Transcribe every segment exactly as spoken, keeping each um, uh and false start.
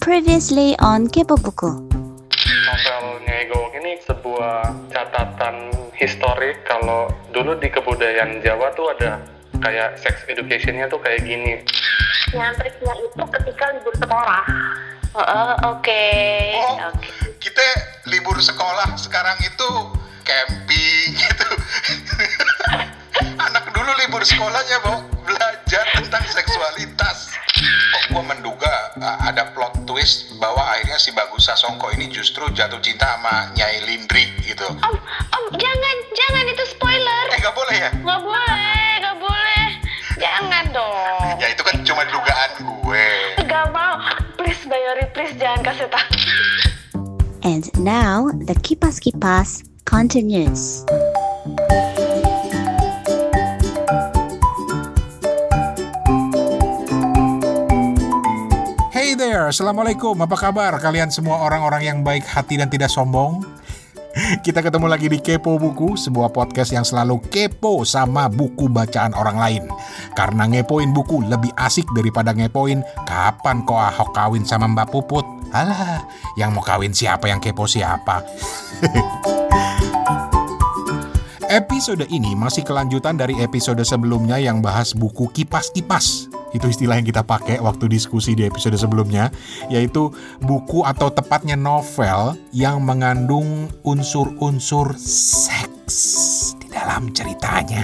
Previously on Kepo Buku. Novel Nyai Gowok ini sebuah catatan historik kalau dulu di kebudayaan Jawa tuh ada kayak sex education-nya tuh kayak gini. Yang triknya itu ketika libur sekolah. Oh, oh oke. Okay. Oh, okay. Kita libur sekolah sekarang itu camping gitu. Anak dulu libur sekolahnya mau belajar tentang seksualitas. Oh, gue menduga uh, ada plot twist bahwa akhirnya si Bagus Sasongko ini justru jatuh cinta sama Nyai Lindri gitu. Om, om jangan, jangan itu spoiler. Eh gak boleh ya? Gak boleh, gak boleh. Jangan dong. Ya itu kan cuma dugaan gue. Gak mau. Please Bayori, please jangan kasih tahu. And now the Kipas Kipas continues. Hey there, Assalamualaikum, apa kabar kalian semua orang-orang yang baik hati dan tidak sombong? Kita ketemu lagi di Kepo Buku, sebuah podcast yang selalu kepo sama buku bacaan orang lain. Karena ngepoin buku lebih asik daripada ngepoin kapan kok Ahok kawin sama Mbak Puput. Alah, yang mau kawin siapa, yang kepo siapa. Episode ini masih kelanjutan dari episode sebelumnya yang bahas buku Kipas-Kipas. Itu istilah yang kita pakai waktu diskusi di episode sebelumnya, yaitu buku atau tepatnya novel yang mengandung unsur-unsur seks di dalam ceritanya.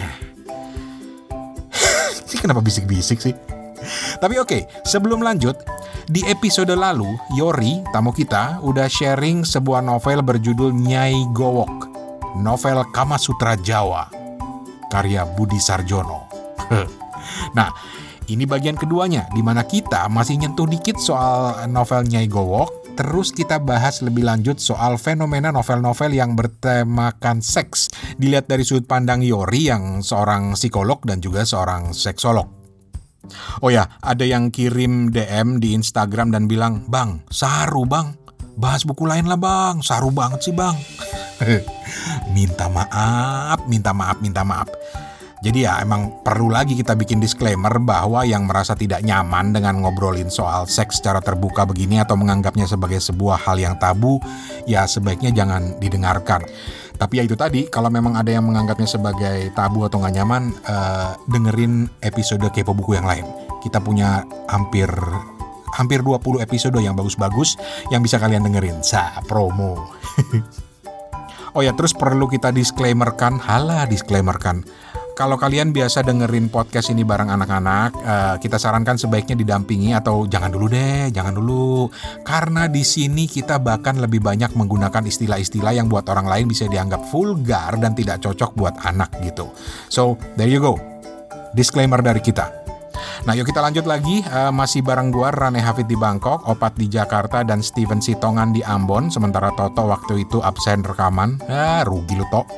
Ini kenapa bisik-bisik sih? Tapi oke, sebelum lanjut, di episode lalu Yori, tamu kita, udah sharing sebuah novel berjudul Nyai Gowok, novel Kama Sutra Jawa, karya Budi Sarjono. Nah, ini bagian keduanya, di mana kita masih nyentuh dikit soal novel Nyai Gowok, terus kita bahas lebih lanjut soal fenomena novel-novel yang bertemakan seks, dilihat dari sudut pandang Yori yang seorang psikolog dan juga seorang seksolog. Oh ya, ada yang kirim D M di Instagram dan bilang, "Bang, saru bang, bahas buku lain lah bang, saru banget sih bang." Minta maaf, minta maaf, minta maaf. Jadi ya emang perlu lagi kita bikin disclaimer bahwa yang merasa tidak nyaman dengan ngobrolin soal seks secara terbuka begini atau menganggapnya sebagai sebuah hal yang tabu, ya sebaiknya jangan didengarkan. Tapi ya itu tadi, kalau memang ada yang menganggapnya sebagai tabu atau gak nyaman, uh, dengerin episode Kepo Buku yang lain. Kita punya hampir hampir dua puluh episode yang bagus-bagus yang bisa kalian dengerin. Sa, promo. Oh ya, terus perlu kita disclaimerkan, halah disclaimerkan. Kalau kalian biasa dengerin podcast ini bareng anak-anak, uh, kita sarankan sebaiknya didampingi atau jangan dulu deh, jangan dulu. Karena di sini kita bahkan lebih banyak menggunakan istilah-istilah yang buat orang lain bisa dianggap vulgar dan tidak cocok buat anak gitu. So, there you go. Disclaimer dari kita. Nah, yuk kita lanjut lagi. Uh, masih bareng gua, Rane Hafid di Bangkok, Opat di Jakarta, dan Steven Sitongan di Ambon. Sementara Toto waktu itu absen rekaman. Ah, rugi lu, Tok.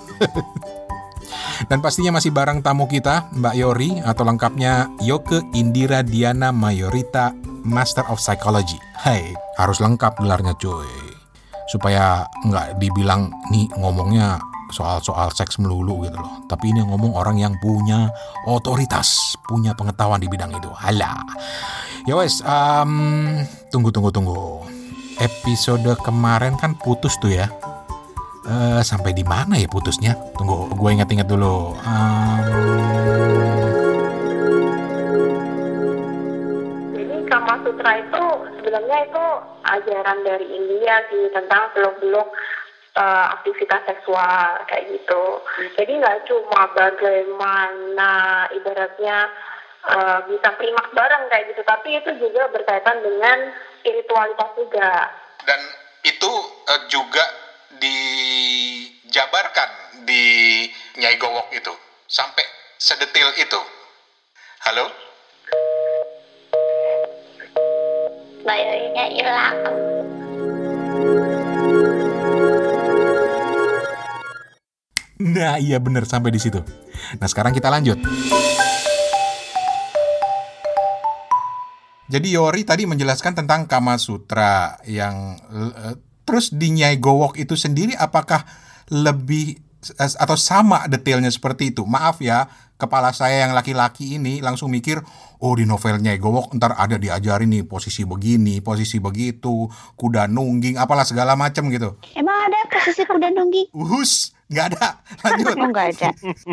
Dan pastinya masih bareng tamu kita, Mbak Yori, atau lengkapnya Yoke Indira Diana Mayorita, Master of Psychology. Hai, harus lengkap gelarnya cuy. Supaya nggak dibilang nih ngomongnya soal-soal seks melulu gitu loh. Tapi ini ngomong orang yang punya otoritas, punya pengetahuan di bidang itu. Halah. Ya wes, um, tunggu tunggu tunggu. Episode kemarin kan putus tuh ya. Uh, sampai di mana ya putusnya? Tunggu, gue ingat-ingat dulu. Um... Jadi Kama Sutra itu sebenarnya itu ajaran dari India sih tentang seluk-beluk uh, aktivitas seksual kayak gitu. Jadi nggak cuma bagaimana ibaratnya uh, bisa klimaks bareng kayak gitu, tapi itu juga berkaitan dengan spiritualitas juga. Dan itu uh, juga dijabarkan di Nyai Gowok itu sampai sedetil itu. Halo? Bayorinya hilang. Nah iya bener, sampai di situ. Nah sekarang kita lanjut. Jadi Yori tadi menjelaskan tentang Kama Sutra yang uh, terus di Nyai Gowok itu sendiri apakah lebih atau sama detailnya seperti itu? Maaf ya, kepala saya yang laki-laki ini langsung mikir, oh di novel Nyai Gowok ntar ada diajarin nih posisi begini, posisi begitu, kuda nungging, apalah segala macam gitu. Emang ada posisi kuda nungging? Uhus, nggak ada. Lanjut. Oh, nggak ada.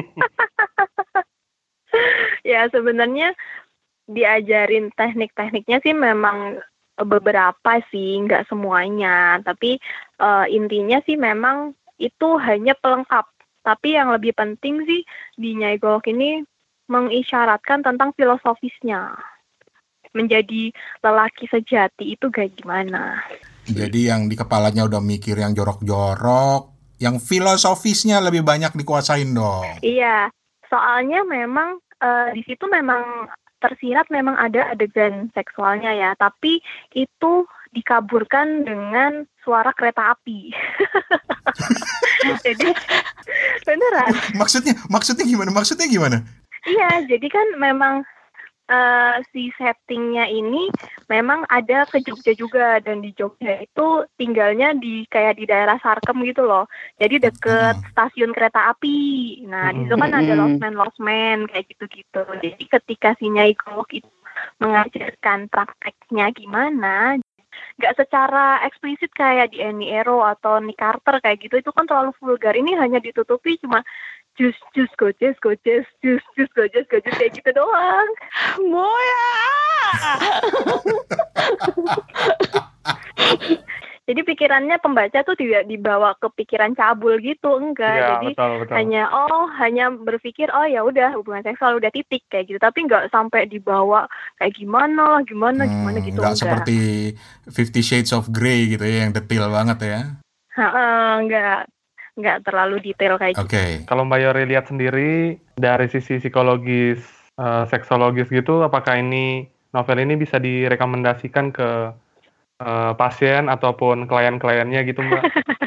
Ya sebenarnya diajarin teknik-tekniknya sih memang beberapa sih, nggak semuanya. Tapi uh, intinya sih memang itu hanya pelengkap. Tapi yang lebih penting sih di Nyai Gowok ini mengisyaratkan tentang filosofisnya. Menjadi lelaki sejati itu kayak gimana. Jadi yang di kepalanya udah mikir yang jorok-jorok, yang filosofisnya lebih banyak dikuasain dong. Iya, soalnya memang uh, di situ memang tersirat memang ada adegan seksualnya ya, tapi itu dikaburkan dengan suara kereta api. Jadi beneran. Maksudnya, maksudnya gimana? Maksudnya gimana? Iya, jadi kan memang uh, si settingnya ini memang ada ke Jogja juga, dan di Jogja itu tinggalnya di kayak di daerah Sarkem gitu loh. Jadi deket Hmm. stasiun kereta api. Nah, di situ kan ada losmen-losmen kayak gitu-gitu. Jadi ketika si Nyai Gowok itu mengajarkan prakteknya gimana, nggak secara eksplisit kayak di Annie Ero atau Nick Carter kayak gitu, itu kan terlalu vulgar. Ini hanya ditutupi cuma jus jus gojes gojes jus jus gojes gojes kayak gitu doang. Moya. Jadi pikirannya pembaca tuh tidak dibawa ke pikiran cabul gitu, enggak. Iya, Jadi betul, betul. hanya oh hanya berpikir oh ya udah hubungan seksual udah titik kayak gitu, tapi nggak sampai dibawa kayak gimana lah gimana gimana Hmm, gitu, nggak enggak. seperti Fifty Shades of Grey gitu ya, yang detail banget ya. Heeh, enggak nggak terlalu detail kayak gitu. Oke. Kalau Mbak Yori lihat sendiri dari sisi psikologis, eh, seksologis gitu, apakah ini novel ini bisa direkomendasikan ke eh, pasien ataupun klien-kliennya gitu, Mbak?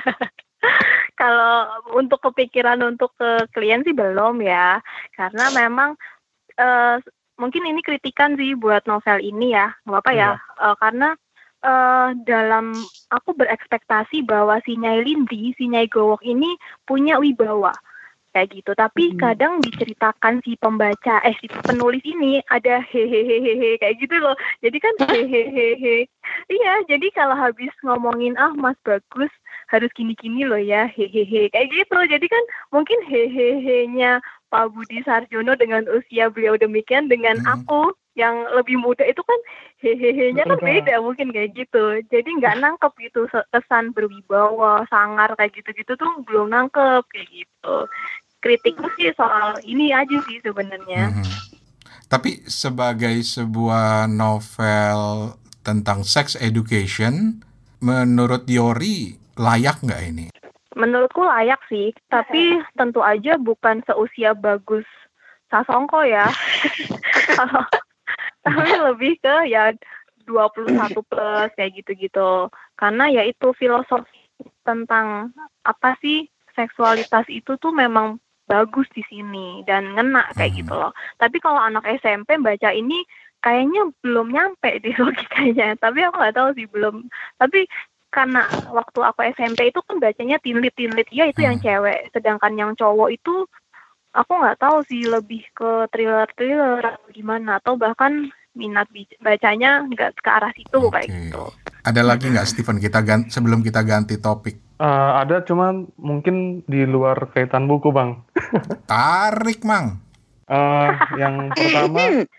Kalau untuk kepikiran untuk ke klien sih belum ya, karena memang eh, mungkin ini kritikan sih buat novel ini ya, nggak apa-apa ya, Eh, karena eh, dalam aku berekspektasi bahwa si Nyai Lindri, si Nyai Gowok ini punya wibawa kayak gitu, tapi kadang diceritakan si pembaca, eh si penulis ini ada hehehehe kayak gitu loh, jadi kan hehehehe, iya, jadi kalau habis ngomongin ah Mas Bagus harus gini-gini loh ya, hehehe kayak gitu, jadi kan mungkin hehehenya Pak Budi Sarjono dengan usia beliau demikian dengan Hmm. aku yang lebih muda itu kan hehehenya kan Betul, Pak. beda mungkin kayak gitu, jadi nggak nangkep gitu se- kesan berwibawa sangar kayak gitu-gitu tuh belum nangkep kayak gitu. Kritikku sih soal ini aja sih sebenarnya. Mhm. Tapi sebagai sebuah novel tentang sex education, menurut Yori layak nggak ini? Menurutku layak sih, tapi tentu aja bukan seusia Bagus Sasongko ya. Kalau tapi lebih ke ya dua puluh satu plus kayak gitu-gitu. Karena ya itu filosofi tentang apa sih seksualitas itu tuh memang bagus di sini dan ngena kayak Hmm. gitu loh. Tapi kalau anak S M P baca ini kayaknya belum nyampe di logikanya. Tapi aku nggak tahu sih belum. Tapi karena waktu aku S M P itu kan bacanya tinlit-tinlit, ya itu yang Hmm. cewek. Sedangkan yang cowok itu aku nggak tahu sih lebih ke thriller-thriller atau gimana. Atau bahkan minat bi- bacanya nggak ke arah situ kayak Oke. gitu. Ada lagi nggak Steven kita gan- sebelum kita ganti topik? Eh, ada, cuman mungkin di luar kaitan buku, Bang. Tarik, Mang. Eh, yang pertama,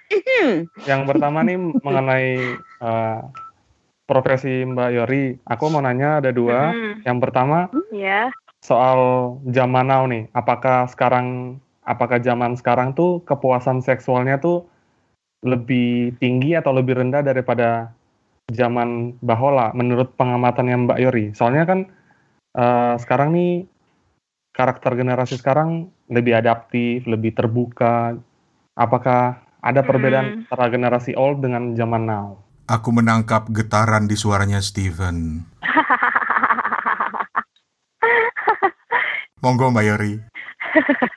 yang pertana nih mengenai eh, profesi Mbak Yori. Aku mau nanya ada dua. Hmm, Yang pertama ya. soal zaman now nih. Apakah sekarang, apakah zaman sekarang tuh kepuasan seksualnya tuh lebih tinggi atau lebih rendah daripada zaman Bahola menurut pengamatannya Mbak Yori? Soalnya kan eh, sekarang nih karakter generasi sekarang lebih adaptif, lebih terbuka. Apakah ada perbedaan Hmm. antara generasi old dengan zaman now? Aku menangkap getaran di suaranya Steven. Monggo Mbak Yori.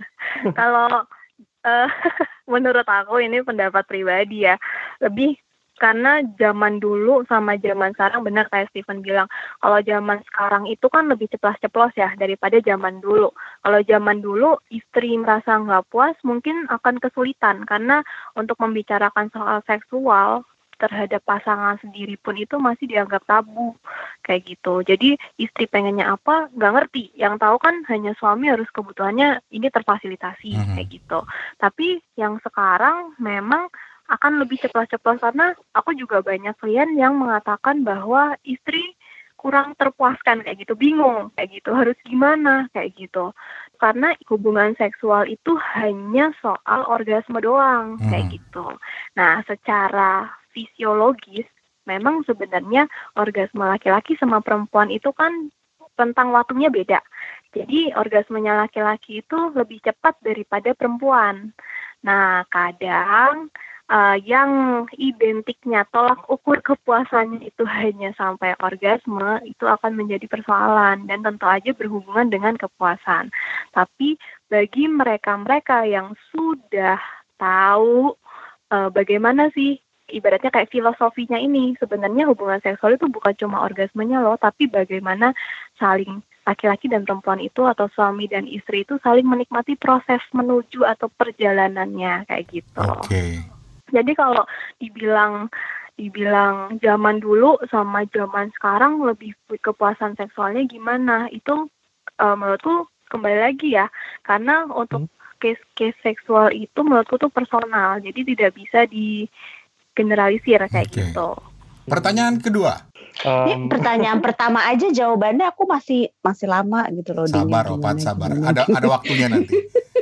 Kalau eh, menurut aku ini pendapat pribadi ya, lebih Karena zaman dulu sama zaman sekarang benar kayak Steven bilang, kalau zaman sekarang itu kan lebih ceplas-ceplos ya daripada zaman dulu. Kalau zaman dulu istri merasa nggak puas mungkin akan kesulitan karena untuk membicarakan soal seksual terhadap pasangan sendiri pun itu masih dianggap tabu kayak gitu. Jadi istri pengennya apa nggak ngerti. Yang tahu kan hanya suami harus kebutuhannya ini terfasilitasi mm-hmm. kayak gitu. Tapi yang sekarang memang akan lebih ceplos-ceplos karena aku juga banyak klien yang mengatakan bahwa istri kurang terpuaskan kayak gitu, bingung kayak gitu, harus gimana kayak gitu. Karena hubungan seksual itu hanya soal orgasme doang hmm. kayak gitu. Nah, secara fisiologis memang sebenarnya orgasme laki-laki sama perempuan itu kan tentang waktunya beda. Jadi orgasmenya laki-laki itu lebih cepat daripada perempuan. Nah, kadang Uh, yang identiknya tolak ukur kepuasannya itu hanya sampai orgasme, itu akan menjadi persoalan dan tentu aja berhubungan dengan kepuasan. Tapi bagi mereka-mereka yang sudah tahu uh, bagaimana sih ibaratnya kayak filosofinya ini, sebenarnya hubungan seksual itu bukan cuma orgasmenya loh, tapi bagaimana saling laki-laki dan perempuan itu atau suami dan istri itu saling menikmati proses menuju atau perjalanannya kayak gitu. Oke. Okay. Jadi kalau dibilang dibilang zaman dulu sama zaman sekarang lebih kepuasan seksualnya gimana, itu uh, menurutku kembali lagi ya, karena untuk hmm. case-case seksual itu menurutku tuh personal, jadi tidak bisa digeneralisir kayak okay. gitu. Pertanyaan kedua. Um, Ini pertanyaan pertama aja jawabannya aku masih masih lama gitu loh. Sabar Opat, sabar. Gimana. Ada ada waktunya nanti.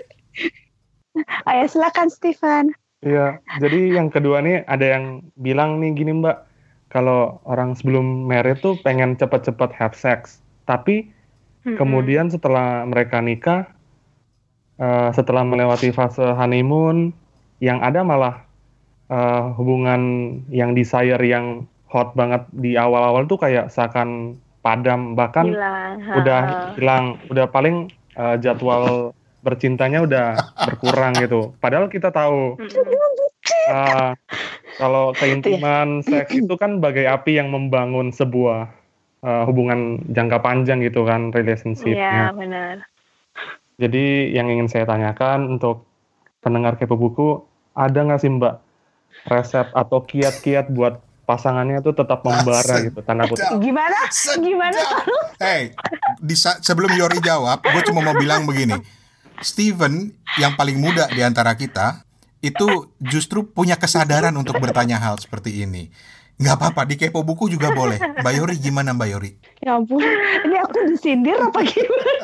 Ayo silakan Steven. Iya, jadi yang kedua nih ada yang bilang nih gini Mbak, kalau orang sebelum married tuh pengen cepat-cepat have sex, tapi mm-hmm. kemudian setelah mereka nikah, uh, setelah melewati fase honeymoon, yang ada malah uh, hubungan yang desire yang hot banget di awal-awal tuh kayak seakan padam, bahkan hilang. udah hilang, udah paling uh, jadwal bercintanya udah berkurang gitu. Padahal kita tahu uh, kalau keintiman seks itu kan bagai api yang membangun sebuah uh, hubungan jangka panjang gitu kan, relationship-nya. Iya, benar. Jadi yang ingin saya tanyakan untuk pendengar Kepo Buku, ada nggak sih Mbak resep atau kiat-kiat buat pasangannya tuh tetap membara gitu, tanda kutip. Gimana? Gimana? Hey, di sa- sebelum Yori jawab, gue cuma mau bilang begini. Steven yang paling muda di antara kita itu justru punya kesadaran untuk bertanya hal seperti ini. Nggak apa-apa, di Kepo Buku juga boleh. Mbak Yori gimana Mbak Yori? Ya ampun, ini aku disindir apa gimana?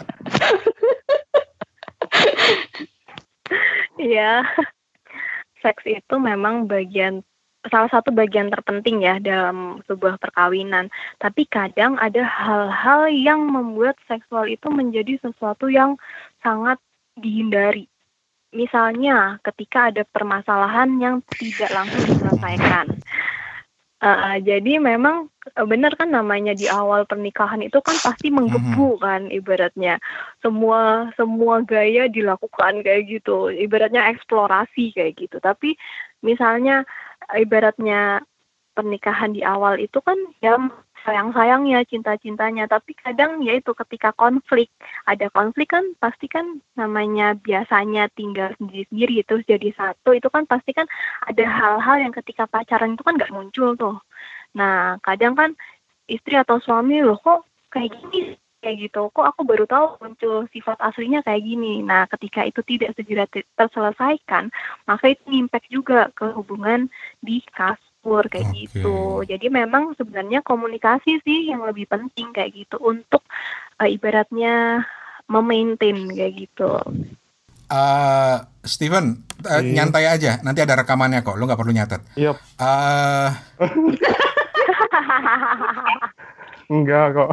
Iya, seks itu memang bagian salah satu bagian terpenting ya dalam sebuah perkawinan. Tapi kadang ada hal-hal yang membuat seksual itu menjadi sesuatu yang sangat dihindari. Misalnya ketika ada permasalahan yang tidak langsung diselesaikan. Uh, jadi memang benar kan namanya di awal pernikahan itu kan pasti menggebu kan ibaratnya. Semua semua gaya dilakukan kayak gitu. Ibaratnya eksplorasi kayak gitu. Tapi misalnya ibaratnya pernikahan di awal itu kan ya sayang-sayangnya, cinta-cintanya, tapi kadang ya itu ketika konflik, ada konflik kan pasti kan namanya biasanya tinggal sendiri-sendiri terus jadi satu, itu kan pasti kan ada hal-hal yang ketika pacaran itu kan nggak muncul tuh. Nah kadang kan istri atau suami loh kok kayak gini, kayak gitu, kok aku baru tahu muncul sifat aslinya kayak gini. Nah ketika itu tidak segera terselesaikan, maka itu impact juga ke hubungan di kasur kayak okay. gitu. Jadi memang sebenarnya komunikasi sih yang lebih penting kayak gitu untuk uh, ibaratnya memaintain kayak gitu. Uh, Steven, uh, hmm. nyantai aja, nanti ada rekamannya kok, lo nggak perlu nyatet. Yep. Uh... Enggak kok.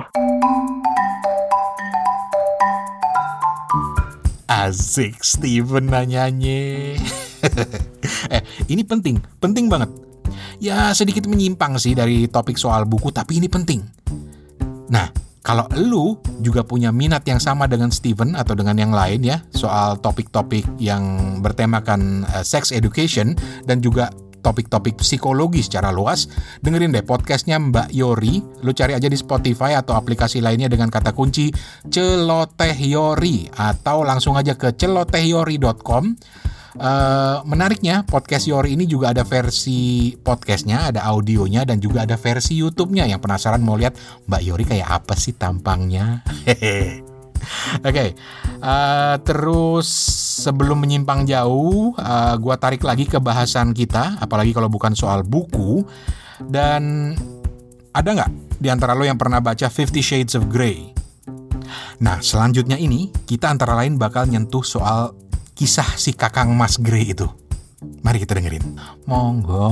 Asik Steven nanyanya. eh, ini penting, penting banget. Ya sedikit menyimpang sih dari topik soal buku, tapi ini penting. Nah, kalau lu juga punya minat yang sama dengan Steven atau dengan yang lain ya, soal topik-topik yang bertemakan uh, sex education dan juga topik-topik psikologi secara luas, dengerin deh podcastnya Mbak Yori. Lu cari aja di Spotify atau aplikasi lainnya dengan kata kunci Celoteh Yori, atau langsung aja ke celoteh yori dot com. Uh, menariknya podcast Yori ini juga ada versi podcastnya, ada audionya, dan juga ada versi YouTube-nya. Yang penasaran mau lihat Mbak Yori kayak apa sih tampangnya? Hehe. Oke, okay. uh, terus sebelum menyimpang jauh, uh, gua tarik lagi ke bahasan kita, apalagi kalau bukan soal buku. Dan ada nggak di antara lo yang pernah baca Fifty Shades of Grey? Nah, selanjutnya ini kita antara lain bakal nyentuh soal kisah si Kakang Mas Grey itu. Mari kita dengerin. Monggo.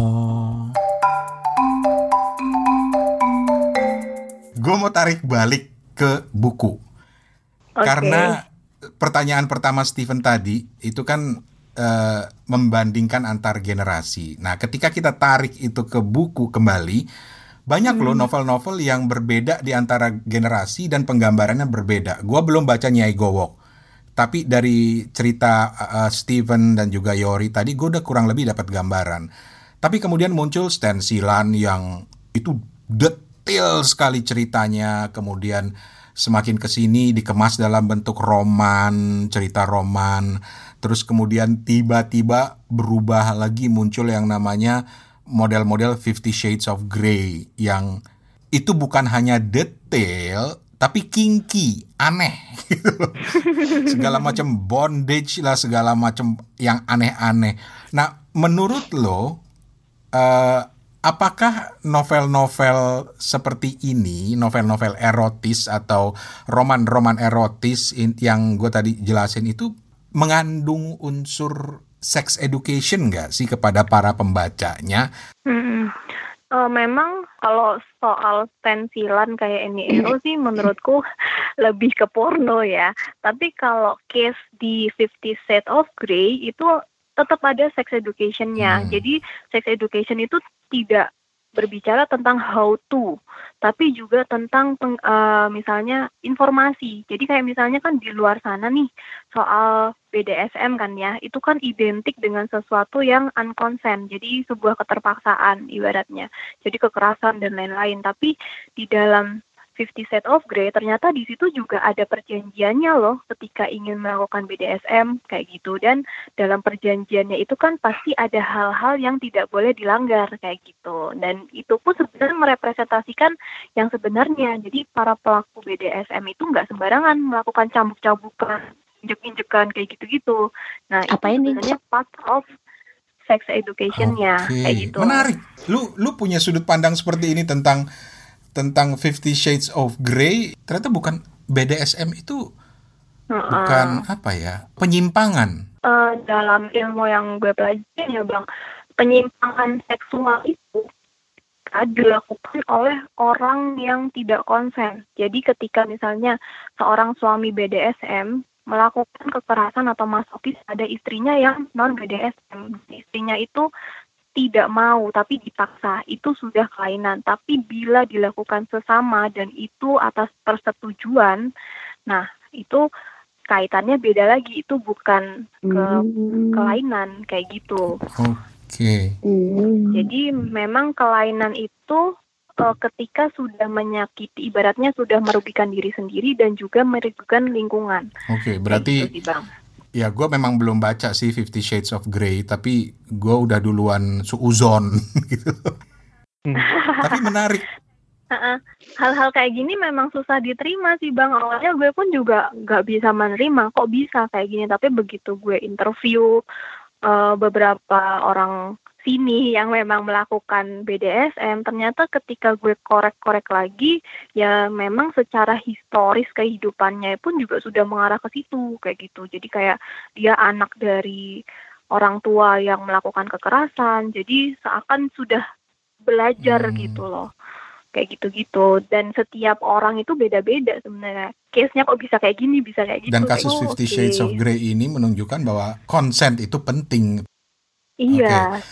Gue mau tarik balik ke buku. Okay. Karena pertanyaan pertama Stephen tadi itu kan uh, membandingkan antar generasi. Nah, ketika kita tarik itu ke buku kembali, banyak hmm. loh novel-novel yang berbeda di antara generasi dan penggambarannya berbeda. Gue belum baca Nyai Gowok. Tapi dari cerita uh, Steven dan juga Yori tadi, gue udah kurang lebih dapat gambaran. Tapi kemudian muncul stensilan yang itu detail sekali ceritanya. Kemudian semakin kesini dikemas dalam bentuk roman, cerita roman. Terus kemudian tiba-tiba berubah lagi, muncul yang namanya model-model Fifty Shades of Grey. Yang itu bukan hanya detail, tapi kinky, aneh gitu. Segala macam bondage lah, segala macam yang aneh-aneh. Nah, menurut lo, uh, apakah novel-novel seperti ini, novel-novel erotis atau roman-roman erotis in, yang gue tadi jelasin itu mengandung unsur sex education nggak sih kepada para pembacanya? Hmm. Uh, memang kalau soal stensilan kayak ini Ero sih menurutku lebih ke porno ya. Tapi kalau case di Fifty Shades of Grey itu tetap ada sex education-nya. Hmm. Jadi sex education itu tidak berbicara tentang how to, tapi juga tentang peng, uh, misalnya informasi. Jadi kayak misalnya kan di luar sana nih soal B D S M kan ya, itu kan identik dengan sesuatu yang unconsent. Jadi sebuah keterpaksaan ibaratnya. Jadi kekerasan dan lain-lain. Tapi di dalam Fifty Shades of Grey ternyata di situ juga ada perjanjiannya loh ketika ingin melakukan B D S M kayak gitu, dan dalam perjanjiannya itu kan pasti ada hal-hal yang tidak boleh dilanggar kayak gitu, dan itu pun sebenarnya merepresentasikan yang sebenarnya. Jadi para pelaku B D S M itu nggak sembarangan melakukan cambuk-cambukan, injek-injekan kayak gitu-gitu. Nah, apa itu sebenarnya part of sex education-nya. Okay. Kayak gitu. Menarik. Lu lu punya sudut pandang seperti ini tentang tentang Fifty Shades of Grey. Ternyata bukan B D S M itu uh-uh. bukan apa ya, penyimpangan. Uh, dalam ilmu yang gue pelajari ya Bang, penyimpangan seksual itu dilakukan oleh orang yang tidak konsen. Jadi ketika misalnya seorang suami B D S M melakukan kekerasan atau masokis pada istrinya yang non B D S M, istrinya itu tidak mau tapi dipaksa, itu sudah kelainan. Tapi bila dilakukan sesama dan itu atas persetujuan, nah itu kaitannya beda lagi, itu bukan ke kelainan kayak gitu. Oke. Okay. Jadi memang kelainan itu uh, ketika sudah menyakiti, ibaratnya sudah merugikan diri sendiri dan juga merugikan lingkungan. Oke, okay, berarti gitu, Bang. Ya, gue memang belum baca sih Fifty Shades of Grey, tapi gue udah duluan suuzon gitu. Hmm. Tapi menarik. Uh-uh. Hal-hal kayak gini memang susah diterima sih Bang. Awalnya gue pun juga gak bisa menerima, kok bisa kayak gini. Tapi begitu gue interview uh, beberapa orang sini yang memang melakukan B D S M, ternyata ketika gue korek-korek lagi, ya memang secara historis kehidupannya pun juga sudah mengarah ke situ kayak gitu. Jadi kayak dia anak dari orang tua yang melakukan kekerasan, jadi seakan sudah belajar hmm. gitu loh, kayak gitu-gitu. Dan setiap orang itu beda-beda sebenarnya. Case-nya kok bisa kayak gini, bisa kayak gitu. Dan kasus oh, Fifty okay. Shades of Grey ini menunjukkan bahwa consent itu penting. Iya. Okay.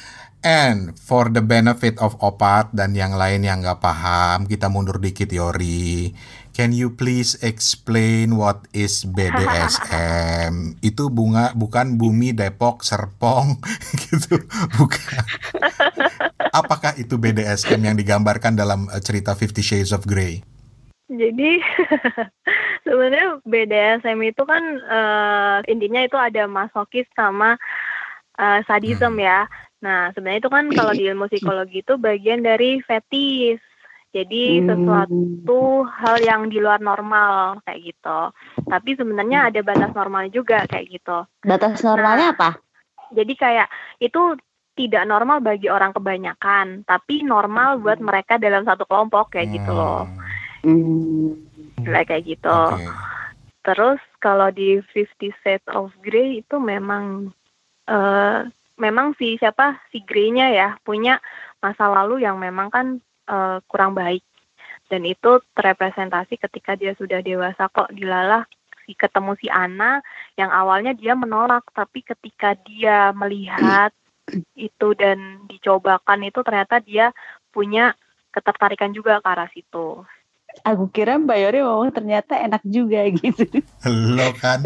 And for the benefit of Opat dan yang lain yang nggak paham, kita mundur dikit Yori. Can you please explain what is B D S M? Itu bunga bukan Bumi Depok Serpong gitu, bukan. Apakah itu B D S M yang digambarkan dalam uh, cerita Fifty Shades of Grey? Jadi sebenarnya B D S M itu kan uh, intinya itu ada masokis sama uh, sadism hmm. ya. Nah sebenarnya itu kan kalau di ilmu psikologi itu bagian dari fetis. Jadi sesuatu hal yang di luar normal kayak gitu. Tapi sebenarnya ada batas normal juga kayak gitu. Batas normalnya nah, apa? Jadi kayak itu tidak normal bagi orang kebanyakan, tapi normal buat mereka dalam satu kelompok kayak gitu loh. Hmm. Kayak gitu. Okay. Terus kalau di Fifty Shades of Grey itu memang uh, memang si siapa si Grey-nya ya punya masa lalu yang memang kan uh, kurang baik, dan itu terrepresentasi ketika dia sudah dewasa kok dilalah si ketemu si Anna yang awalnya dia menolak, tapi ketika dia melihat itu dan dicobakan itu ternyata dia punya ketertarikan juga ke arah situ. Aku kira Mbak Yori ngomong ternyata enak juga gitu. Lo kan.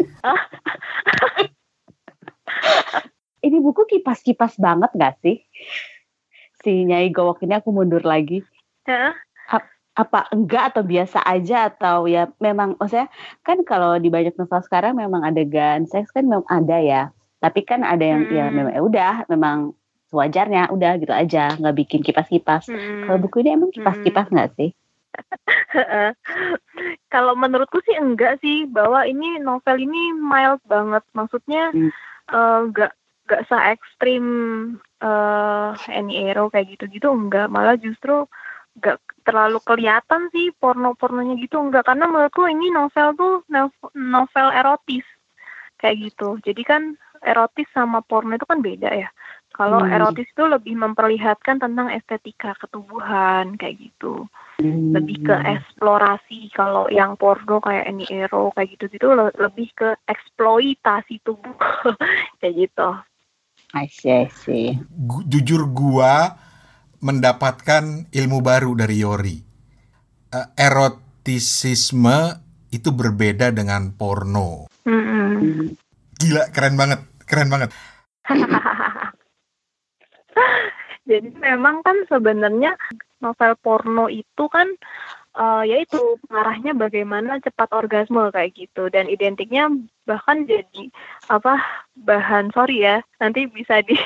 Ini buku kipas-kipas banget gak sih? Si Nyai Gowok ini aku mundur lagi. Heeh. A- apa enggak atau biasa aja atau ya memang, maksudnya kan kalau di banyak novel sekarang memang adegan seks kan memang ada ya. Tapi kan ada yang hmm. ya memang ya udah memang sewajarnya udah gitu aja, nggak bikin kipas-kipas. Hmm. Kalau buku ini emang kipas-kipas nggak hmm. sih? Kalau menurutku sih enggak sih, bahwa ini novel ini mild banget, maksudnya hmm. uh, enggak enggak se-ekstrim uh, Annie Ero kayak gitu-gitu, enggak, malah justru enggak terlalu kelihatan sih porno-pornonya gitu, enggak, karena menurutku ini novel tuh novel erotis kayak gitu. Jadi kan erotis sama porno itu kan beda ya. Kalau hmm. erotis itu lebih memperlihatkan tentang estetika ketubuhan kayak gitu. Hmm. Lebih ke eksplorasi. Kalau yang porno kayak Annie Ero kayak gitu-gitu le- lebih ke eksploitasi tubuh kayak gitu. I see, I see. Jujur gua mendapatkan ilmu baru dari Yori. Uh, erotisisme itu berbeda dengan porno. Mm-hmm. Gila, keren banget, keren banget. Jadi memang kan sebenarnya novel porno itu kan uh, yaitu mengarahnya bagaimana cepat orgasme kayak gitu, dan identiknya bahkan jadi apa bahan sorry ya nanti bisa di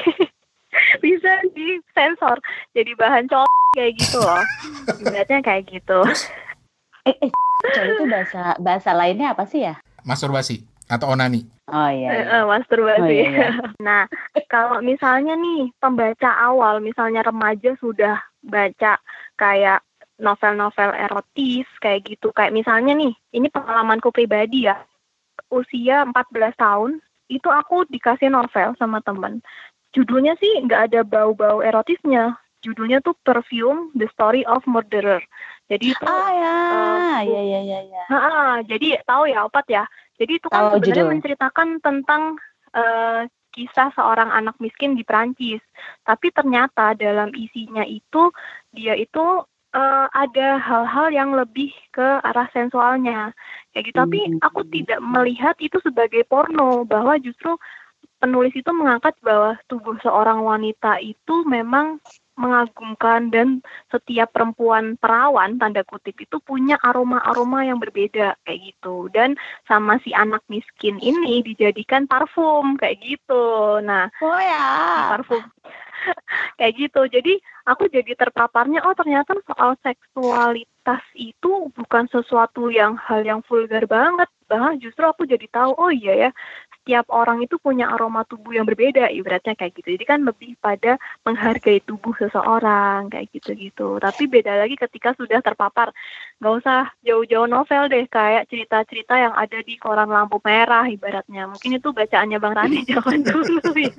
bisa di sensor jadi bahan cowok kayak gitu loh, ibaratnya kayak gitu. eh, eh itu bahasa bahasa lainnya apa sih ya? Masturbasi atau onani. Oh iya, iya. Uh, masturbasi. Oh, iya, iya. Nah, kalau misalnya nih pembaca awal, misalnya remaja sudah baca kayak novel-novel erotis kayak gitu, kayak misalnya nih, ini pengalamanku pribadi ya, usia empat belas tahun, itu aku dikasih novel sama teman. Judulnya sih nggak ada bau-bau erotisnya. Judulnya tuh Perfume, The Story of Murderer. Jadi itu ah ya, uh, ya ya ya ya. Uh, jadi tahu ya Opat ya. Jadi itu kan sebenarnya judul. menceritakan tentang uh, kisah seorang anak miskin di Perancis. Tapi ternyata dalam isinya itu dia itu uh, ada hal-hal yang lebih ke arah sensualnya. Kayak gitu. Tapi aku tidak melihat itu sebagai porno, bahwa justru penulis itu mengangkat bahwa tubuh seorang wanita itu memang mengagumkan, dan setiap perempuan perawan tanda kutip itu punya aroma-aroma yang berbeda kayak gitu, dan sama si anak miskin ini dijadikan parfum kayak gitu. Nah, oh ya, parfum kayak gitu. Jadi aku jadi terpaparnya, oh ternyata soal seksualitas itu bukan sesuatu yang hal yang vulgar banget, bahkan justru aku jadi tahu, oh iya ya, setiap orang itu punya aroma tubuh yang berbeda, ibaratnya kayak gitu. Jadi kan lebih pada menghargai tubuh seseorang kayak gitu-gitu. Tapi beda lagi ketika sudah terpapar. Nggak usah jauh-jauh novel deh, kayak cerita-cerita yang ada di koran lampu merah ibaratnya. Mungkin itu bacaannya Bang Rani zaman dulu ya.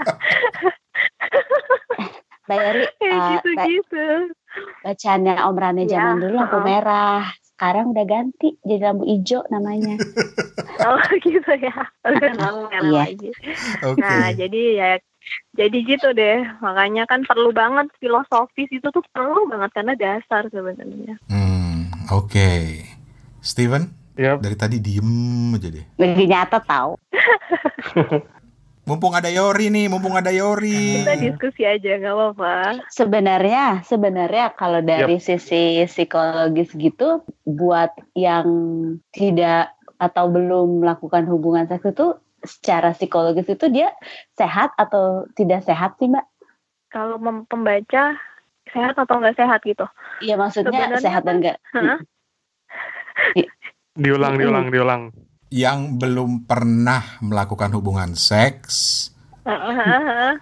Mbak Yori, kayak uh, gitu-gitu. Bacaannya Om Rani zaman ya, dulu lampu uh-uh. merah. Sekarang udah ganti jadi lampu hijau namanya. Oh gitu ya. Udah lampu merah iya. lagi. Okay. Nah jadi ya Jadi gitu deh, makanya kan perlu banget filosofis itu tuh perlu banget karena dasar sebenarnya. Hmm, oke. Okay. Steven? Yep. Dari tadi diem aja deh. Lagi nyatet tahu. Mumpung ada Yori nih, mumpung ada Yori. Kita diskusi aja, nggak apa-apa. Sebenarnya, sebenarnya kalau dari yep. sisi psikologis gitu, buat yang tidak atau belum melakukan hubungan seks itu, secara psikologis itu dia sehat atau tidak sehat sih, Mbak? Kalau mem- pembaca sehat atau nggak sehat gitu? Iya, maksudnya sebenarnya sehat dan nggak. Huh? Diulang, diulang, diulang. Yang belum pernah melakukan hubungan seks, uh-huh.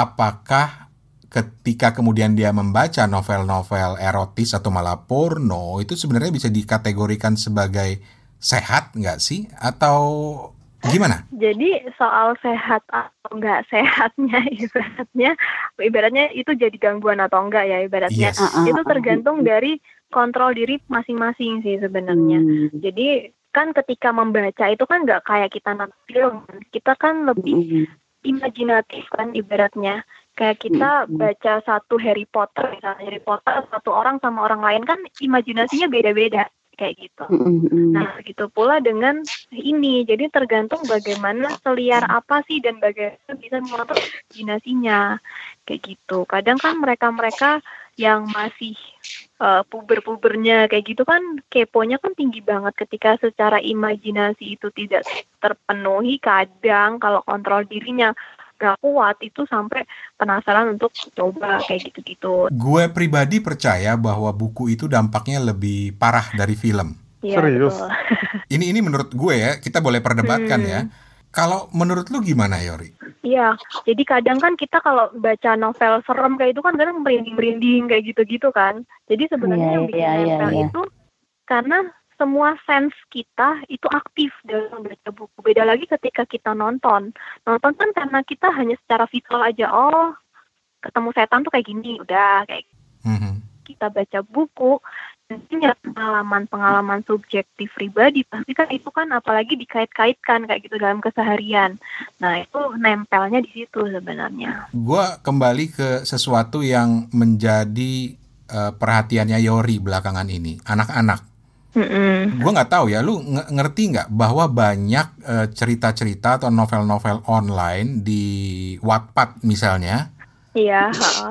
apakah ketika kemudian dia membaca novel-novel erotis atau malah porno, itu sebenarnya bisa dikategorikan sebagai sehat nggak sih? Atau gimana? Jadi soal sehat atau nggak sehatnya, ibaratnya, ibaratnya itu jadi gangguan atau enggak ya ibaratnya. Yes. Itu tergantung dari kontrol diri masing-masing sih sebenarnya. Hmm. Jadi kan ketika membaca itu kan nggak kayak kita nonton film, kita kan lebih mm-hmm. imajinatif kan ibaratnya. Kayak kita mm-hmm. baca satu Harry Potter, misalnya Harry Potter satu orang sama orang lain kan imajinasinya beda-beda kayak gitu. Mm-hmm. Nah begitu pula dengan ini, jadi tergantung bagaimana seliar apa sih dan bagaimana bisa mengatur imajinasinya kayak gitu. Kadang kan mereka-mereka yang masih uh, puber-pubernya kayak gitu kan keponya kan tinggi banget ketika secara imajinasi itu tidak terpenuhi. Kadang kalau kontrol dirinya gak kuat itu sampai penasaran untuk coba kayak gitu-gitu. Gue pribadi percaya bahwa buku itu dampaknya lebih parah dari film. Ya, serius? Ini ini menurut gue ya, kita boleh perdebatkan hmm. ya. Kalau menurut lu gimana, Yori? Iya, jadi kadang kan kita kalau baca novel serem kayak itu kan kadang merinding-merinding kayak gitu-gitu kan. Jadi sebenarnya yeah, yang bikin yeah, nempel yeah, itu yeah. karena semua sense kita itu aktif dalam baca buku. Beda lagi ketika kita nonton. Nonton kan karena kita hanya secara visual aja, oh ketemu setan tuh kayak gini, udah kayak mm-hmm. kita baca buku, tentunya pengalaman-pengalaman subjektif pribadi pasti kan itu kan apalagi dikait-kaitkan kayak gitu dalam keseharian. Nah itu nempelnya di situ sebenarnya. Gua kembali ke sesuatu yang menjadi uh, perhatiannya Yori belakangan ini, anak-anak. Mm-mm. Gue nggak tahu ya, lu ng- ngerti nggak bahwa banyak uh, cerita-cerita atau novel-novel online di Wattpad misalnya, iya,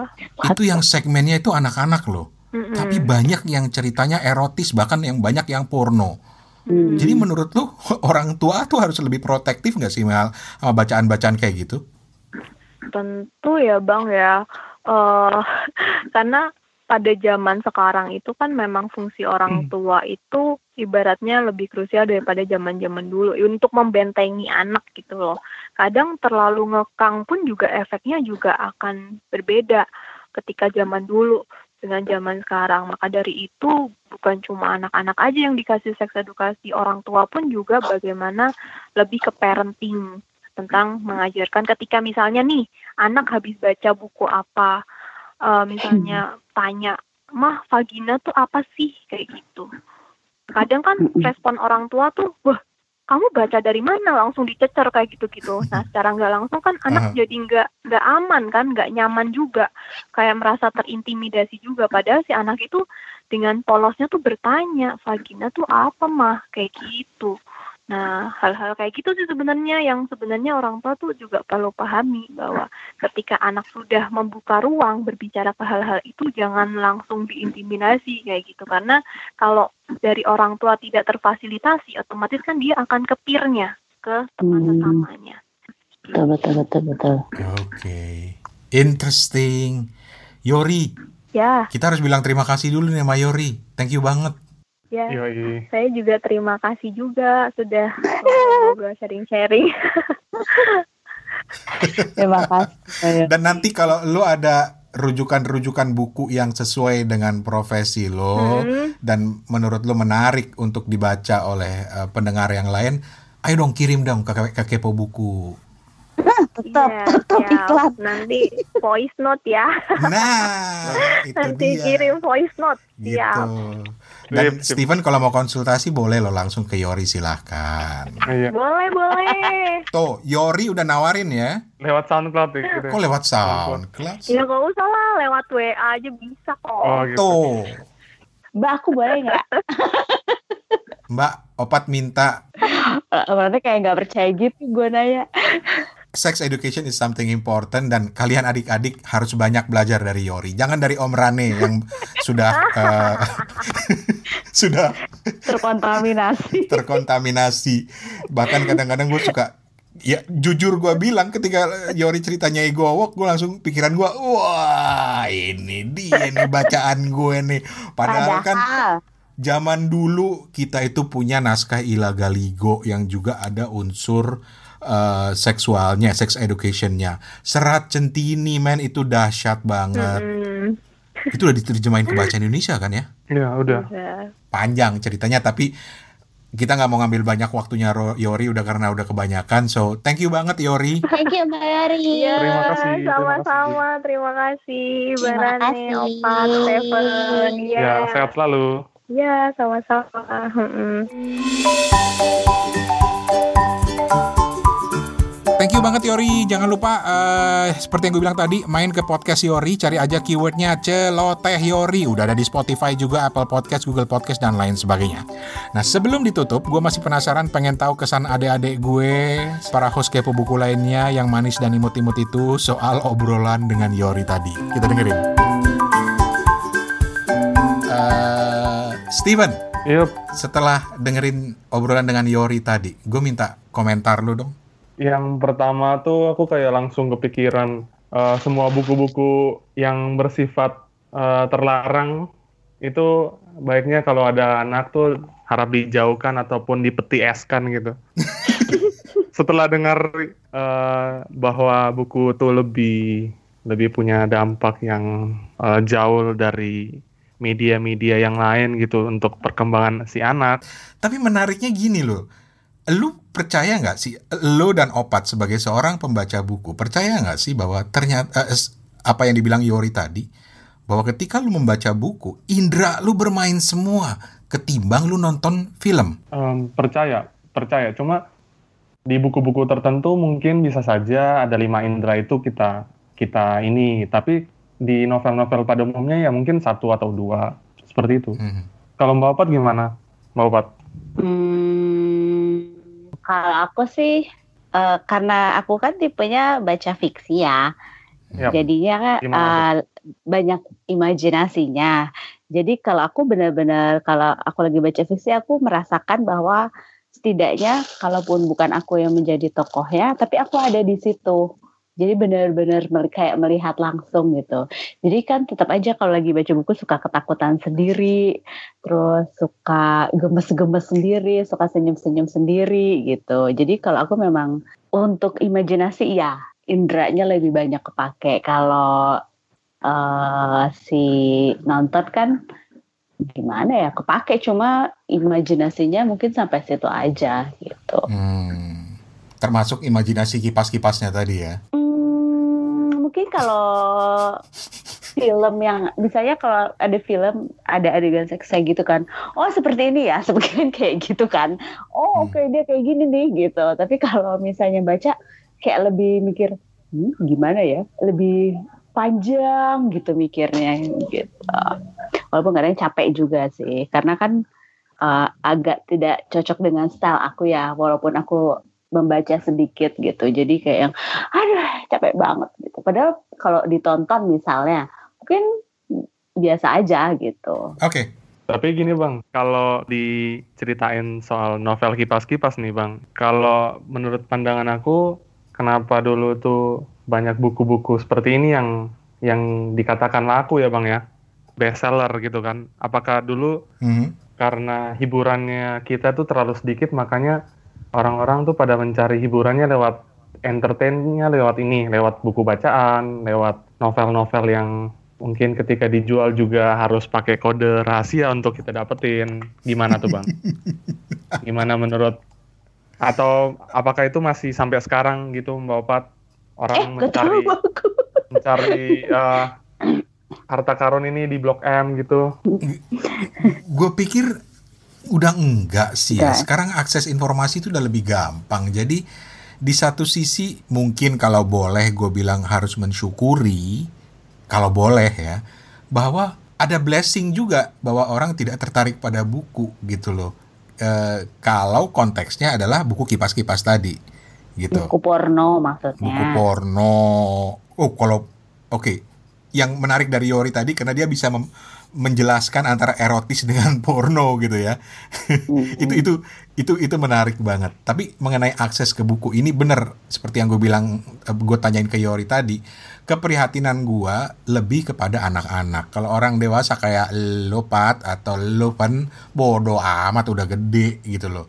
itu yang segmennya itu anak-anak loh. Mm-mm. Tapi banyak yang ceritanya erotis, bahkan yang banyak yang porno. Mm. Jadi menurut lu orang tua tuh harus lebih protektif nggak sih Mel sama bacaan-bacaan kayak gitu? Tentu ya Bang ya, uh, karena pada zaman sekarang itu kan memang fungsi orang tua itu ibaratnya lebih krusial daripada zaman-zaman dulu untuk membentengi anak gitu loh. Kadang terlalu ngekang pun juga efeknya juga akan berbeda ketika zaman dulu dengan zaman sekarang. Maka dari itu bukan cuma anak-anak aja yang dikasih seks edukasi, orang tua pun juga bagaimana lebih ke parenting tentang mengajarkan ketika misalnya nih anak habis baca buku apa, Uh, misalnya tanya, mah vagina tuh apa sih kayak gitu. Kadang kan respon orang tua tuh, wah kamu baca dari mana, langsung dicecer kayak gitu-gitu. Nah secara nggak langsung kan anak uh-huh. jadi nggak nggak aman kan, nggak nyaman juga, kayak merasa terintimidasi juga. Padahal si anak itu dengan polosnya tuh bertanya, vagina tuh apa mah kayak gitu. Nah, hal-hal kayak gitu sih sebenarnya yang sebenarnya orang tua tuh juga perlu pahami bahwa ketika anak sudah membuka ruang berbicara ke hal-hal itu jangan langsung diintimidasi kayak gitu. Karena kalau dari orang tua tidak terfasilitasi, otomatis kan dia akan ke peer-nya, ke teman sesamanya. Betul, betul, betul, betul. Oke, okay. Interesting. Yori, ya. Kita harus bilang terima kasih dulu nih sama Yori. Thank you banget. Ya, Yoi. Saya juga terima kasih juga sudah ngobrol sharing-sharing. Terima kasih. Dan nanti kalau lu ada rujukan-rujukan buku yang sesuai dengan profesi lo hmm. dan menurut lo menarik untuk dibaca oleh uh, pendengar yang lain, ayo dong kirim dong ke, ke Kepo Buku. tetap Iya, tetap siap. iklan. Nanti voice note ya. Nah, itu Nanti dia. kirim voice note. Gitu. Siap. Dan Sip, sip. Steven kalau mau konsultasi boleh lo langsung ke Yori, silahkan. Iya. Boleh, boleh. Tuh, Yori udah nawarin ya. Lewat SoundCloud ya, gitu. Kok lewat SoundCloud? Ya nggak usah lah, lewat W A aja bisa kok. Oh gitu. Tuh, Mbak, aku boleh nggak? Mbak Opat minta Berarti kayak nggak percaya gitu gue nanya. sex education is something important dan kalian adik-adik harus banyak belajar dari Yori. Jangan dari Om Rane yang sudah uh, sudah Terkontaminasi. terkontaminasi. Bahkan kadang-kadang gue suka, ya jujur gue bilang ketika Yori ceritanya Gowok, gue langsung pikiran gue, wah ini dia nih bacaan gue nih. Padahal kan Padahal zaman dulu kita itu punya naskah Ila Galigo yang juga ada unsur uh, seksualnya, sex educationnya. Serat Centini, men, itu dahsyat banget. Hmm, Itu udah diterjemahin ke bahasa Indonesia kan ya? Iya, udah. udah. Panjang ceritanya, tapi kita nggak mau ngambil banyak waktunya Ro- Yori udah karena udah kebanyakan. So thank you banget Yori. thank you Mbak Yori. Iya, Terima kasih, terima sama-sama. Terima kasih, Terima Barane, kasih. Opat, Steven. Iya, Ya, sehat selalu. iya, sama-sama. Mm-mm. Thank you banget Yori. Jangan lupa eh, seperti yang gue bilang tadi, main ke podcast Yori, cari aja keywordnya Celoteh Yori. Udah ada di Spotify juga, Apple Podcast, Google Podcast, dan lain sebagainya. Nah sebelum ditutup, gue masih penasaran pengen tahu kesan adik-adik gue, para host kepo buku lainnya yang manis dan imut-imut itu soal obrolan dengan Yori tadi. Kita dengerin. Eh, Steven, Yup. setelah dengerin obrolan dengan Yori tadi, gue minta komentar lu dong. Yang pertama tuh aku kayak langsung kepikiran eh, semua buku-buku yang bersifat eh, terlarang itu baiknya kalau ada anak tuh harap dijauhkan ataupun dipeti eskan gitu. Setelah dengar eh, bahwa buku tuh lebih lebih punya dampak yang eh, jauh dari media-media yang lain gitu untuk perkembangan si anak. Tapi menariknya gini loh, lu percaya nggak sih, lu dan Opat sebagai seorang pembaca buku, percaya nggak sih bahwa ternyata eh, apa yang dibilang Yori tadi, bahwa ketika lu membaca buku, indera lu bermain semua ketimbang lu nonton film. Em, percaya, percaya. Cuma di buku-buku tertentu mungkin bisa saja ada lima indera itu kita kita ini, tapi di novel-novel pada umumnya ya mungkin satu atau dua seperti itu. Hmm. Kalau Mbak Opat gimana, Mbak Opat? Hmm, kalau aku sih eh, karena aku kan tipenya baca fiksi ya. Yap. Jadinya kan Gimana eh, banyak imajinasinya. Jadi kalau aku benar-benar kalau aku lagi baca fiksi aku merasakan bahwa setidaknya kalaupun bukan aku yang menjadi tokohnya, tapi aku ada di situ. Jadi benar-benar meli- kayak melihat langsung gitu. Jadi kan tetap aja kalau lagi baca buku suka ketakutan sendiri, terus suka gemes-gemes sendiri, suka senyum-senyum sendiri gitu. Jadi kalau aku memang untuk imajinasi ya inderanya lebih banyak kepake. Kalau eh, si nonton kan gimana ya, kepake cuma imajinasinya mungkin sampai situ aja gitu. Hmm. Termasuk imajinasi kipas-kipasnya tadi ya. Hmm, mungkin kalau film yang misalnya kalau ada film ada adegan seks kayak gitu kan, oh seperti ini ya, seperti kayak gitu kan, oh oke okay, dia kayak gini nih gitu. Tapi kalau misalnya baca kayak lebih mikir, hmm, gimana ya, lebih panjang gitu mikirnya gitu. Walaupun kadang capek juga sih, karena kan uh, agak tidak cocok dengan style aku ya, walaupun aku membaca sedikit gitu, jadi kayak yang aduh capek banget gitu. Padahal kalau ditonton misalnya mungkin biasa aja gitu. Oke. Okay. Tapi gini Bang, kalau diceritain soal novel kipas-kipas nih Bang, kalau menurut pandangan aku, kenapa dulu tuh banyak buku-buku seperti ini yang yang dikatakan laku ya Bang ya, bestseller gitu kan? Apakah dulu Mm-hmm. karena hiburannya kita tuh terlalu sedikit, makanya orang-orang tuh pada mencari hiburannya lewat entertainnya, lewat ini, lewat buku bacaan, lewat novel-novel yang mungkin ketika dijual juga harus pakai kode rahasia untuk kita dapetin. Gimana tuh Bang? Gimana menurut, atau apakah itu masih sampai sekarang gitu Mbak Opat? Orang Eh, gak mencari tahu aku. mencari uh, harta karun ini di Blok M gitu. Gue pikir udah enggak sih ya. Enggak. Sekarang akses informasi itu udah lebih gampang. Jadi di satu sisi mungkin kalau boleh gue bilang harus mensyukuri, kalau boleh ya, bahwa ada blessing juga bahwa orang tidak tertarik pada buku gitu loh. E, kalau konteksnya adalah buku kipas-kipas tadi gitu. Buku porno maksudnya. Buku porno. Oh kalau oke. Okay. Yang menarik dari Yori tadi karena dia bisa mem- menjelaskan antara erotis dengan porno gitu ya. Mm-hmm. itu itu itu itu menarik banget. Tapi mengenai akses ke buku ini benar seperti yang gue bilang, gue tanyain ke Yori tadi, keprihatinan gue lebih kepada anak-anak. Kalau orang dewasa kayak lo Pat atau lo Pan bodoh amat udah gede gitu loh.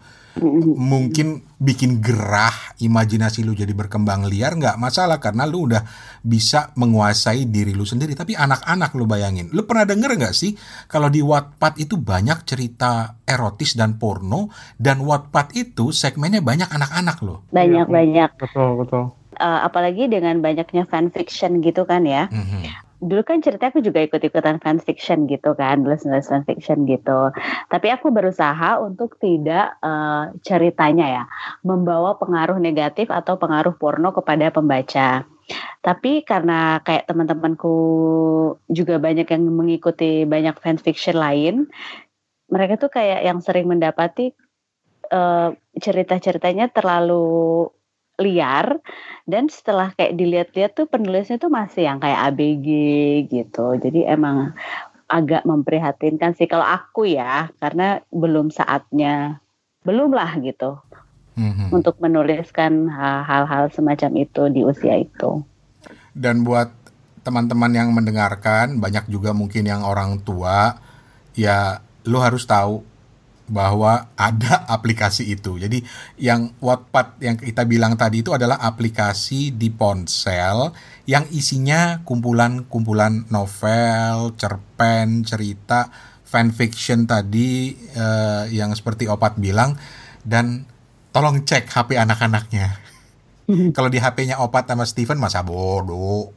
Mungkin bikin gerah imajinasi lu jadi berkembang liar nggak masalah karena lu udah bisa menguasai diri lu sendiri. Tapi anak-anak lu bayangin, lu pernah denger nggak sih kalau di Wattpad itu banyak cerita erotis dan porno, dan Wattpad itu segmennya banyak anak-anak loh. Banyak banyak. Betul betul. Uh, apalagi dengan banyaknya fanfiction gitu kan ya. Mm-hmm. Dulu kan cerita aku juga ikut-ikutan fanfiction gitu kan, nulis-nulis fanfiction gitu. Tapi aku berusaha untuk tidak uh, ceritanya ya membawa pengaruh negatif atau pengaruh porno kepada pembaca. Tapi karena kayak teman-temanku juga banyak yang mengikuti banyak fanfiction lain, mereka tuh kayak yang sering mendapati uh, cerita-ceritanya terlalu liar, dan setelah kayak dilihat-lihat tuh penulisnya tuh masih yang kayak A B G gitu. Jadi emang agak memprihatinkan sih kalau aku ya, karena belum saatnya, belum lah gitu mm-hmm. untuk menuliskan hal-hal semacam itu di usia itu. Dan buat teman-teman yang mendengarkan, banyak juga mungkin yang orang tua, ya lu harus tahu bahwa ada aplikasi itu. Jadi yang Wattpad yang kita bilang tadi itu adalah aplikasi di ponsel yang isinya kumpulan-kumpulan novel, cerpen, cerita, fanfiction tadi eh, yang seperti Opat bilang. Dan tolong cek H P anak-anaknya. Kalau di H P-nya Opat sama Steven masa bodoh.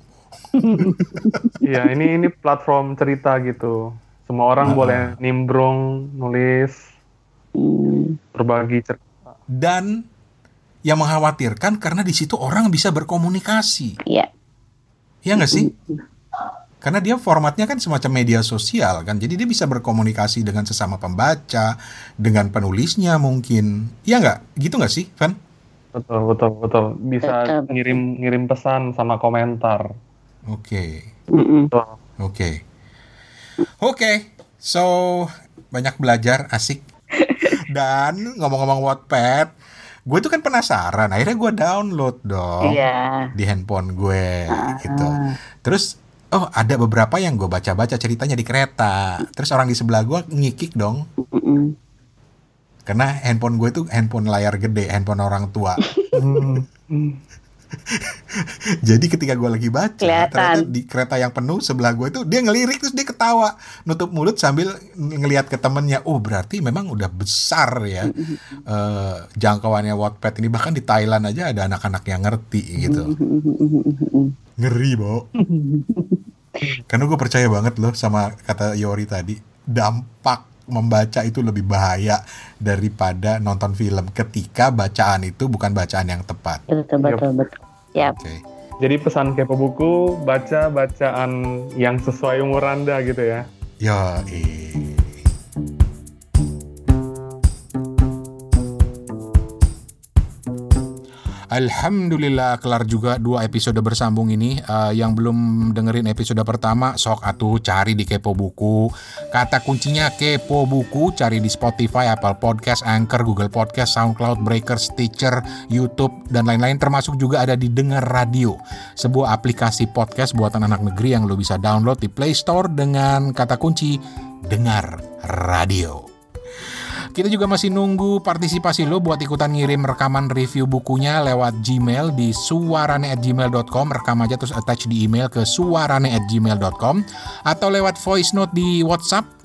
Iya, ini ini platform cerita gitu. Semua orang uh. boleh nimbrung, nulis, berbagi cerita. Dan yang mengkhawatirkan karena di situ orang bisa berkomunikasi. Iya. Iya nggak sih? Karena dia formatnya kan semacam media sosial kan, jadi dia bisa berkomunikasi dengan sesama pembaca, dengan penulisnya mungkin. Iya nggak? Gitu nggak sih, Van? Betul, betul, betul. Bisa betul. ngirim ngirim pesan sama komentar. Oke. Okay. Oke. Okay. Oke. Okay. So banyak belajar, asik. Dan ngomong-ngomong Wattpad, gue tuh kan penasaran, akhirnya gue download dong yeah. di handphone gue uh-huh. gitu. Terus, oh ada beberapa yang gue baca-baca ceritanya di kereta. Terus orang di sebelah gue ngikik dong. Uh-uh. Karena handphone gue tuh handphone layar gede, handphone orang tua. Jadi ketika gue lagi baca, kelihatan. Ternyata di kereta yang penuh sebelah gue tuh dia ngelirik terus dia ketawa, nutup mulut sambil ngelihat ke temennya. Oh berarti memang udah besar ya uh, jangkauannya Wattpad ini. Bahkan di Thailand aja ada anak-anak yang ngerti gitu. Ngeri, Bo. Karena gue percaya banget loh sama kata Yori tadi, dampak membaca itu lebih bahaya daripada nonton film ketika bacaan itu bukan bacaan yang tepat. Betul, betul, yep. betul. Yep. Okay. Jadi pesan Kepo Buku, baca bacaan yang sesuai umur Anda gitu ya. Ya, eh. Alhamdulillah kelar juga dua episode bersambung ini. uh, Yang belum dengerin episode pertama, sok atuh cari di Kepo Buku. Kata kuncinya Kepo Buku, cari di Spotify, Apple Podcast, Anchor, Google Podcast, SoundCloud, Breaker, Stitcher, YouTube, dan lain-lain. Termasuk juga ada di Dengar Radio, sebuah aplikasi podcast buatan anak negeri yang lo bisa download di Play Store dengan kata kunci Dengar Radio. Kita juga masih nunggu partisipasi lo buat ikutan ngirim rekaman review bukunya lewat Gmail di suarane at gmail dot com. Rekam aja terus attach di email ke suarane at gmail dot com, atau lewat voice note di WhatsApp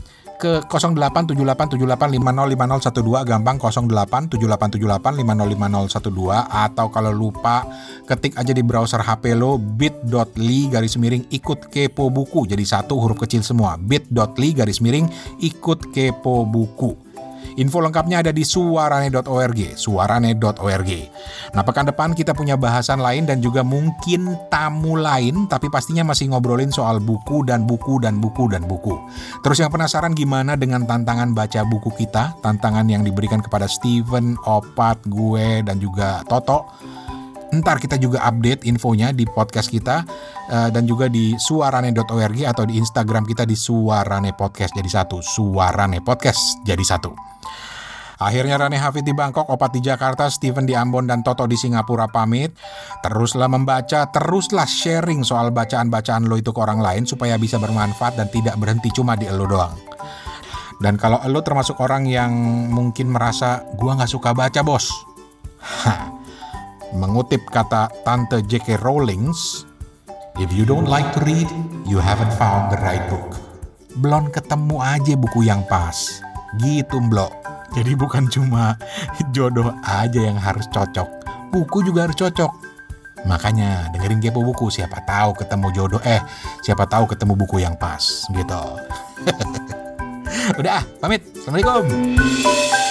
ke nol delapan tujuh delapan tujuh delapan lima nol lima nol satu dua, gampang nol delapan tujuh delapan tujuh delapan lima nol lima nol satu dua, atau kalau lupa ketik aja di browser H P lo bit.ly garis miring ikut kepo buku, jadi satu huruf kecil semua, bit.ly garis miring ikut kepo buku. Info lengkapnya ada di suarane dot org, suarane dot org. Nah, pekan depan kita punya bahasan lain dan juga mungkin tamu lain, tapi pastinya masih ngobrolin soal buku dan buku dan buku dan buku. Terus yang penasaran gimana dengan tantangan baca buku kita, tantangan yang diberikan kepada Steven, Opat, gue, dan juga Toto. Ntar kita juga update infonya di podcast kita uh, dan juga di suarane dot org atau di Instagram kita di Suarane Podcast jadi satu, Suarane Podcast jadi satu. Akhirnya Rane Hafid di Bangkok, Opat di Jakarta, Steven di Ambon, dan Toto di Singapura pamit. Teruslah membaca, teruslah sharing soal bacaan-bacaan lo itu ke orang lain supaya bisa bermanfaat dan tidak berhenti cuma di lo doang. Dan kalau lo termasuk orang yang mungkin merasa gua gak suka baca bos, Hah, mengutip kata Tante J K Rowling, if you don't like to read, you haven't found the right book. Belum ketemu aja buku yang pas. Gitu Mbok. Jadi bukan cuma jodoh aja yang harus cocok, buku juga harus cocok. Makanya dengerin Kepo Buku, siapa tahu ketemu jodoh, eh siapa tahu ketemu buku yang pas gitu. Udah, pamit. Assalamualaikum.